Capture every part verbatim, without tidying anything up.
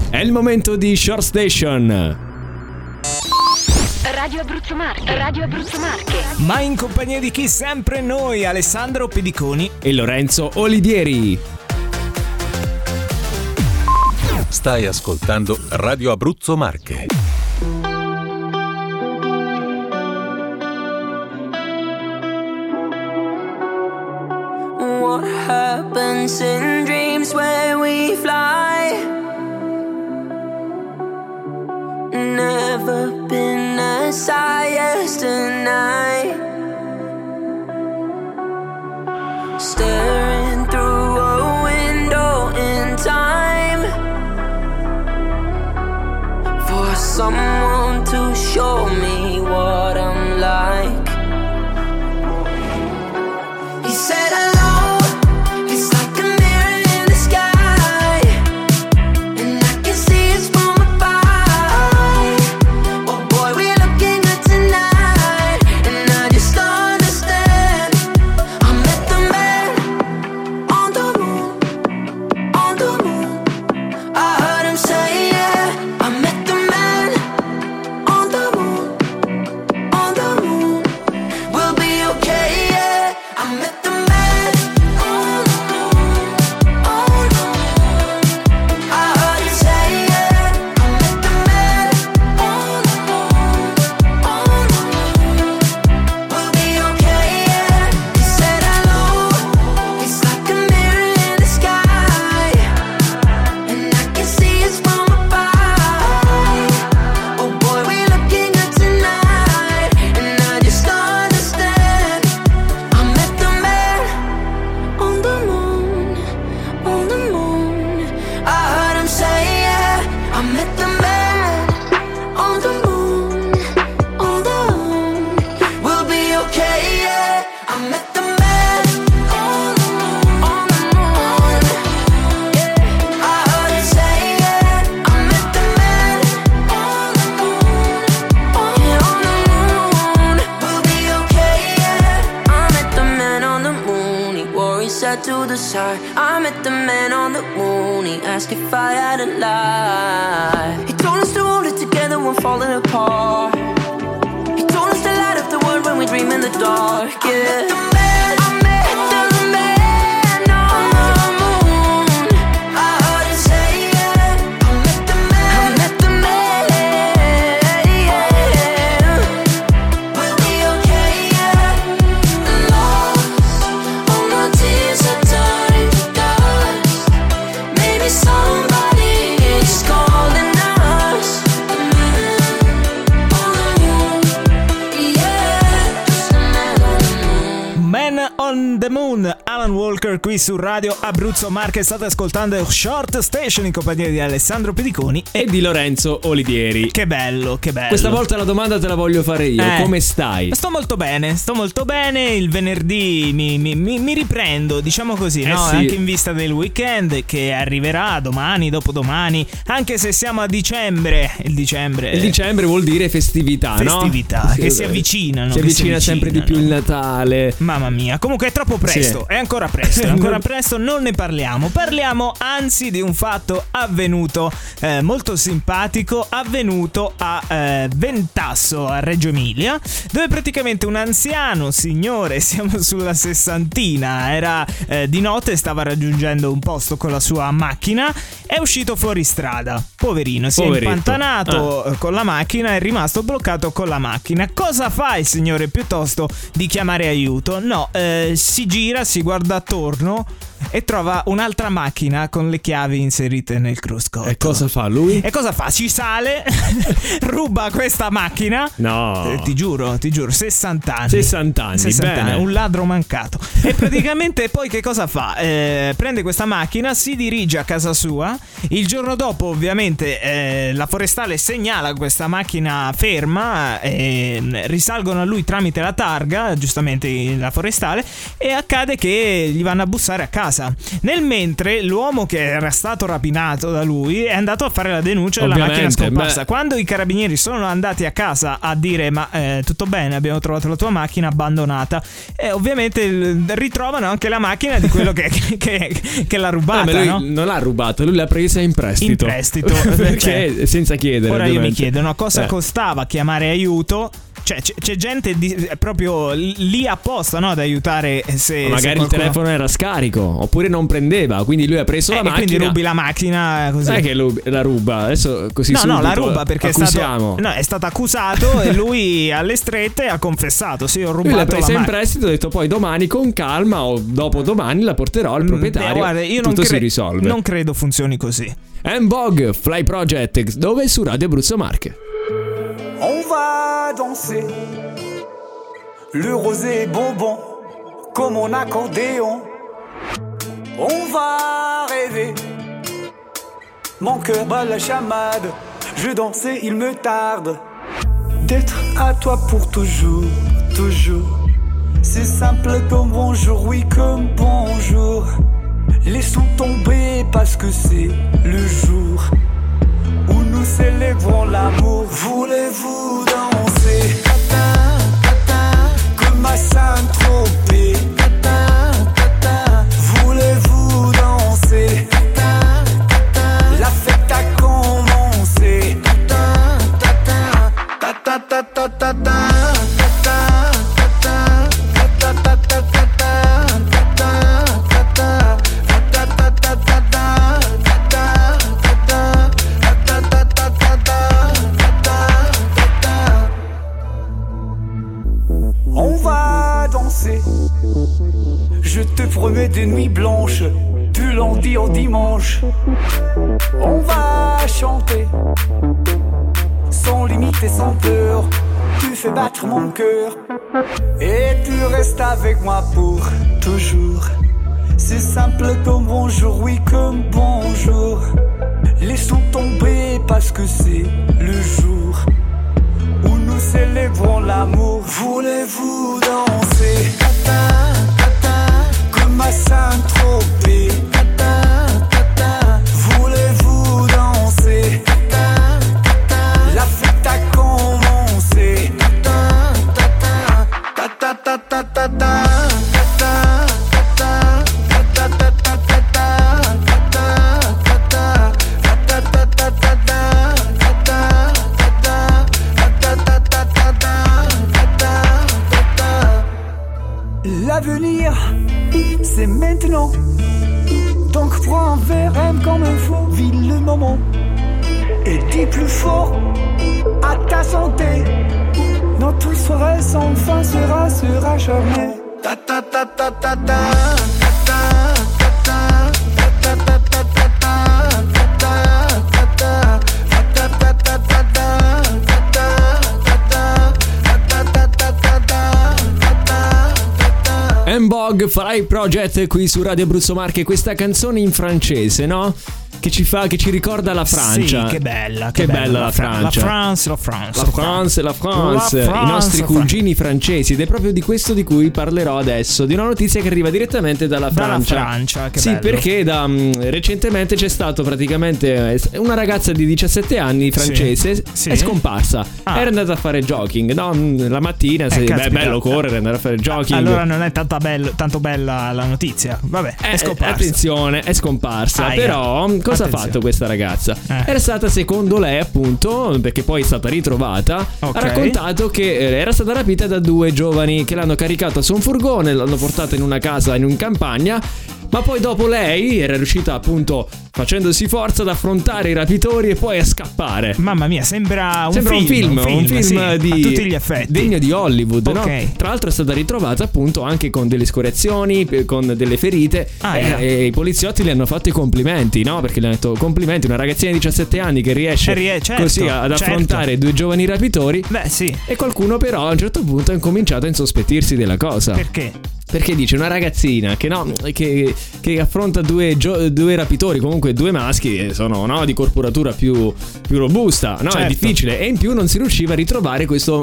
È il momento di Short Station. Radio Abruzzo Marche, Radio Abruzzo Marche. Ma in compagnia di chi? Sempre noi, Alessandro Pediconi e Lorenzo Olivieri. Stai ascoltando Radio Abruzzo Marche. What happens in dreams where we fly? Never been as high as tonight. Staring through a window in time for someone to show me what I'm like. He said hello, it's like a mirror in the sky, and I can see it's from above. Oh boy, we're looking good tonight, and I just don't understand. I met the man on the moon, on the moon. I heard him say yeah. I met the man on the moon, on the moon. We'll be okay, yeah. I met the man on the moon, on the moon. I heard him say yeah. I met the man on the moon, on the moon. We'll be okay, yeah. He said hello, it's like a mirror in the sky, and I can see it's from above. Oh boy, we're looking good tonight, and I just don't understand. I met the man on the moon, on the moon. I heard him say yeah. I met the man on the moon, on the moon. We'll be okay, yeah. I met the man on the moon, on the moon. Yeah. I heard him say yeah. I met the man on the moon, on, yeah, on the moon. We'll be okay, yeah. I met the man on the moon. He wore his hat to the side. I met the man on the moon. He asked if I had a lie. He told us to hold it together when falling apart. He told us to light up the world when we dream in the dark. Yeah. I met the man, I met the man on the moon. I heard him say yeah. I met the man, I met the man. Yeah. We'll be okay, yeah. Lost all my tears are turned to dust. Maybe somebody is calling us. The man on the moon, yeah. Just the man on the moon. Man on the Moon, Alan Walker qui su Radio Abruzzo Marche. State ascoltando Short Station in compagnia di Alessandro Pediconi E di Lorenzo Olivieri. Che bello, che bello. Questa volta la domanda te la voglio fare io. Eh. Come stai? Sto molto bene, sto molto bene. Il venerdì mi, mi, mi, mi riprendo, diciamo così, Eh no? sì. Anche in vista del weekend che arriverà domani, dopodomani. Anche se siamo a dicembre. Il dicembre Il dicembre vuol dire festività, no? Festività, Sì, che si vabbè. avvicinano. Si che si avvicina sempre di più il avvicinano. Natale. Mamma mia, comunque è troppo presto, Sì. è ancora presto, è ancora presto, non ne parliamo. Parliamo anzi di un fatto avvenuto, eh, molto simpatico, avvenuto a eh, Ventasso, a Reggio Emilia, dove praticamente un anziano signore, siamo sulla sessantina, era eh, di notte, stava raggiungendo un posto con la sua macchina, è uscito fuori strada, poverino, si Poveretto. è impantanato eh, con la macchina, è rimasto bloccato con la macchina. Cosa fa il signore piuttosto di chiamare aiuto? No, eh, si gira, si guarda attorno e trova un'altra macchina con le chiavi inserite nel cruscotto. E cosa fa lui? E cosa fa? Ci sale, ruba questa macchina. No. Eh, ti giuro, ti giuro, sessanta anni. sessanta anni, sessanta bene. anni, un ladro mancato. E praticamente poi che cosa fa? Eh, prende questa macchina, si dirige a casa sua. Il giorno dopo, ovviamente, eh, la forestale segnala questa macchina ferma, eh, risalgono a lui tramite la targa, giustamente la forestale, e accade che gli vanno a bussare a casa. casa. Nel mentre l'uomo che era stato rapinato da lui è andato a fare la denuncia della Ovviamente, macchina scomparsa. beh. Quando i carabinieri sono andati a casa a dire ma eh, tutto bene, abbiamo trovato la tua macchina abbandonata, e ovviamente il- ritrovano anche la macchina di quello che, che, che, che l'ha rubata, Ah, ma lui no? non l'ha rubata, lui l'ha presa in prestito. In prestito, Perché senza chiedere. Ora io mi ovviamente. chiedo, no, cosa Eh. costava chiamare aiuto? Cioè c'è, c'è gente di, eh, proprio lì apposta, no, ad aiutare se, se Magari il qualcuno- telefono era scarico, oppure non prendeva, quindi lui ha preso Eh, la e macchina. quindi rubi la macchina così. Sai che lu- la ruba? Adesso così No, no, subito la ruba perché è stato, accusiamo. no, è stato accusato e lui alle strette ha confessato: sì, ho Lui rubato l'ha la presa in macchina. prestito, ha detto poi domani con calma o dopo domani la porterò al proprietario. Beh, guarda, io non, tutto si cre- risolve. non credo funzioni così. M-Bog, Fly Project, dove su Radio Abruzzo Marche. On va danser, le rosé est bonbon, comme mon accordéon. On va rêver, mon cœur bat la chamade. Je dansais, il me tarde d'être à toi pour toujours, toujours. C'est simple comme bonjour, oui comme bonjour. Laissons tomber parce que c'est le jour où nous célébrons l'amour. Voulez-vous danser comme à Saint-Tropez? Voulez-vous danser? La fête a commencé. Ta ta ta ta ta ta. On va danser, je te promets des nuits blanches, du lundi au dimanche. On va chanter, sans limite et sans peur. Tu fais battre mon cœur, et tu restes avec moi pour toujours. C'est simple comme bonjour, oui comme bonjour. Laissons tomber parce que c'est le jour où nous célébrons l'amour. Voulez-vous danser comme à Saint-Tropez? Voulez-vous danser? La fête a commencé. Ta ta ta ta ta ta. L'avenir, c'est maintenant. Donc prends un verre, aime comme un fou, vis le moment. Et dis plus fort à ta santé. Notre soirée sans fin sera, sera jamais. Ta ta ta ta ta ta. M-Bog, Fly Project qui su Radio Abruzzo Marche. Questa canzone in francese, no? Che ci fa, che ci ricorda la Francia. Sì, che bella, che, che bella, bella la la Fra- Francia. la France, la France, La France, la France, La France, i nostri la cugini francesi. Ed è proprio di questo di cui parlerò adesso, di una notizia che arriva direttamente dalla Dalla Francia. Francia, che sì, bello. perché da, mh, recentemente c'è stato praticamente eh, una ragazza di diciassette anni francese sì. è scomparsa. Ah. Era andata a fare jogging, no? Mh, La mattina, se, beh, caspita. bello correre, andare a fare jogging. Allora non è tanta bello, tanto bella la notizia. Vabbè, è Eh, scomparsa. attenzione, è scomparsa. Aia. Però cosa Attenzione. ha fatto questa ragazza? Eh. Era stata, secondo lei, appunto, perché poi è stata ritrovata, Ok. ha raccontato che eh, era stata rapita da due giovani che l'hanno caricata su un furgone, l'hanno portata in una casa in un campagna. Ma poi dopo lei era riuscita, appunto, facendosi forza ad affrontare i rapitori e poi a scappare. Mamma mia, sembra un Sembra film, un film, un film, sì, di a tutti gli effetti. degno di Hollywood, Ok. no? Tra l'altro è stata ritrovata appunto anche con delle scoriazioni, eh, con delle ferite. Ah, e, yeah. e i poliziotti le hanno fatto i complimenti, no? Perché le hanno detto complimenti, una ragazzina di diciassette anni che riesce Eh, rie- certo, così ad certo. affrontare due giovani rapitori. Beh, sì. E qualcuno però a un certo punto ha incominciato a insospettirsi della cosa. Perché? Perché dice una ragazzina che no che, che affronta due, gio- due rapitori, comunque due maschi, e sono, no, di corporatura più, più robusta, no? È Certo. difficile. E in più non si riusciva a ritrovare questo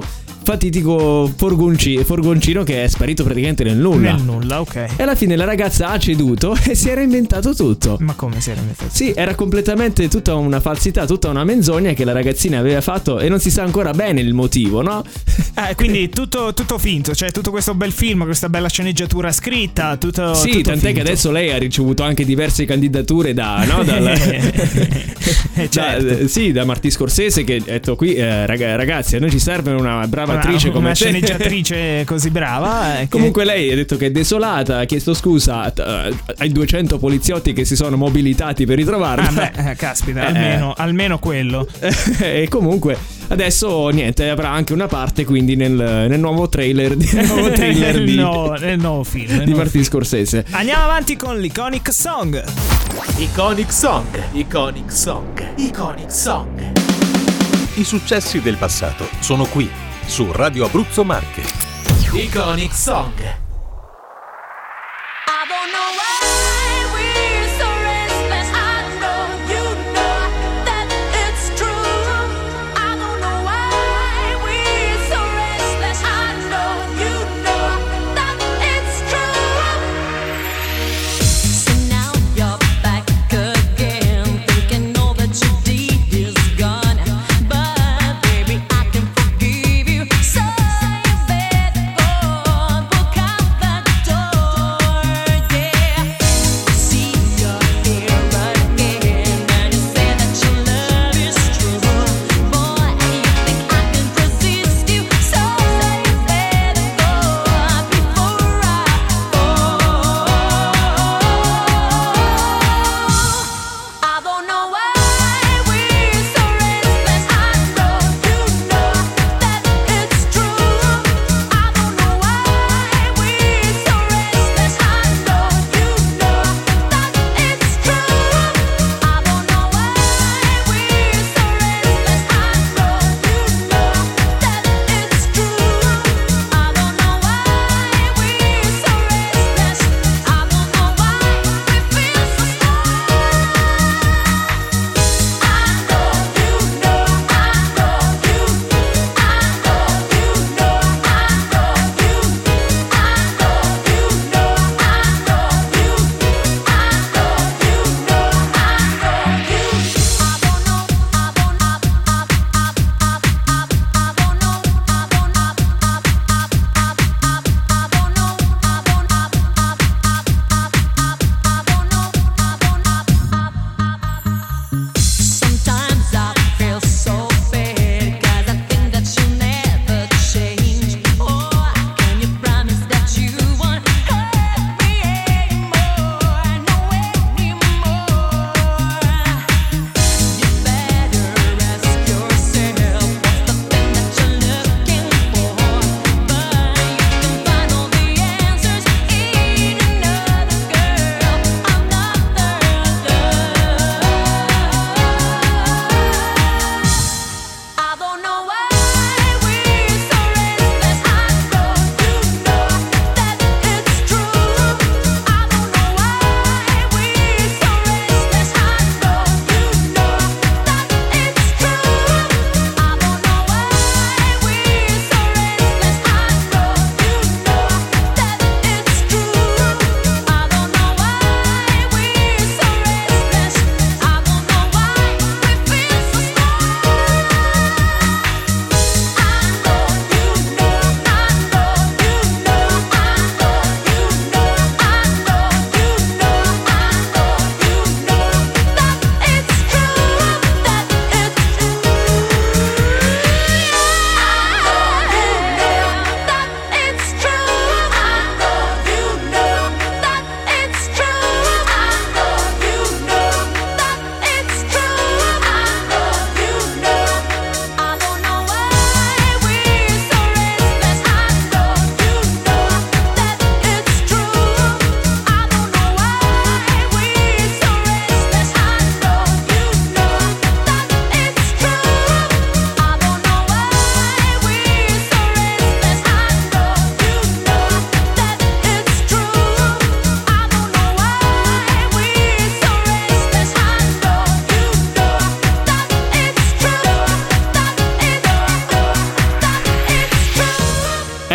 fatitico furgonci- furgoncino che è sparito praticamente nel nulla. Nel nulla, ok. E alla fine la ragazza ha ceduto e si era inventato tutto. Ma come si era inventato? Sì, era completamente tutta una falsità, tutta una menzogna che la ragazzina aveva fatto e non si sa ancora bene il motivo, no? Eh, quindi tutto, tutto finto, cioè tutto questo bel film, questa bella sceneggiatura scritta, tutto Sì, tutto tant'è finto. che adesso lei ha ricevuto anche diverse candidature da, no? Dal, Eh, certo. da, sì, da Martì Scorsese che ha detto qui eh, rag- ragazzi, a noi ci serve una brava attrice una, come una te. sceneggiatrice così brava, eh, che- Comunque lei ha detto che è desolata, ha chiesto scusa eh, ai duecento poliziotti che si sono mobilitati per ritrovarla. Ah beh, eh, caspita, Eh. almeno, almeno quello. E comunque adesso niente, avrà anche una parte quindi nel, nel nuovo trailer di, nel nuovo trailer nel, di, nuovo, nel nuovo film nel di nuovo Martin Scorsese. Andiamo avanti con l'Iconic Song. Iconic Song, Iconic Song, Iconic Song. I successi del passato sono qui, su Radio Abruzzo Marche. Iconic Song. I don't know why we're so restless. I know you know that it's true. I don't know why we're so restless. I know you know that it's true. So now you're back again, thinking all that you did is gone. But baby, I can forgive you. So you better go, book out.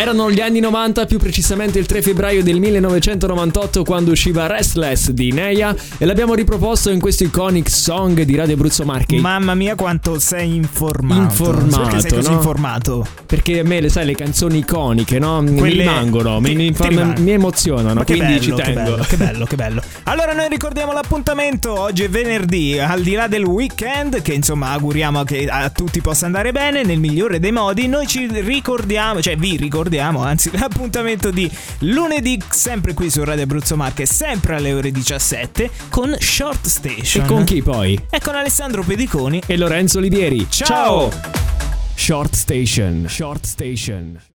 Erano gli anni novanta, più precisamente il tre febbraio del millenovecentonovantotto, quando usciva Restless di Neia, e l'abbiamo riproposto in questo Iconic Song di Radio Abruzzo Marche. Mamma mia quanto sei informato. Informato, Perché sei così no? informato? Perché a me, le sai, le canzoni iconiche, no? Mi Quelle- rimangono, mi, ti- mi, ti fanno- rimangono. mi emozionano, Ma che quindi bello, ci che tengo. bello, che bello, che bello. Allora noi ricordiamo l'appuntamento, oggi è venerdì, al di là del weekend, che insomma auguriamo che a tutti possa andare bene, nel migliore dei modi. Noi ci ricordiamo, cioè vi ricordiamo, anzi, l'appuntamento di lunedì, sempre qui su Radio Abruzzo Marche, sempre alle ore diciassette, con Short Station. E con chi poi? E con Alessandro Pediconi E Lorenzo Olivieri. Ciao! Short Station. Short Station.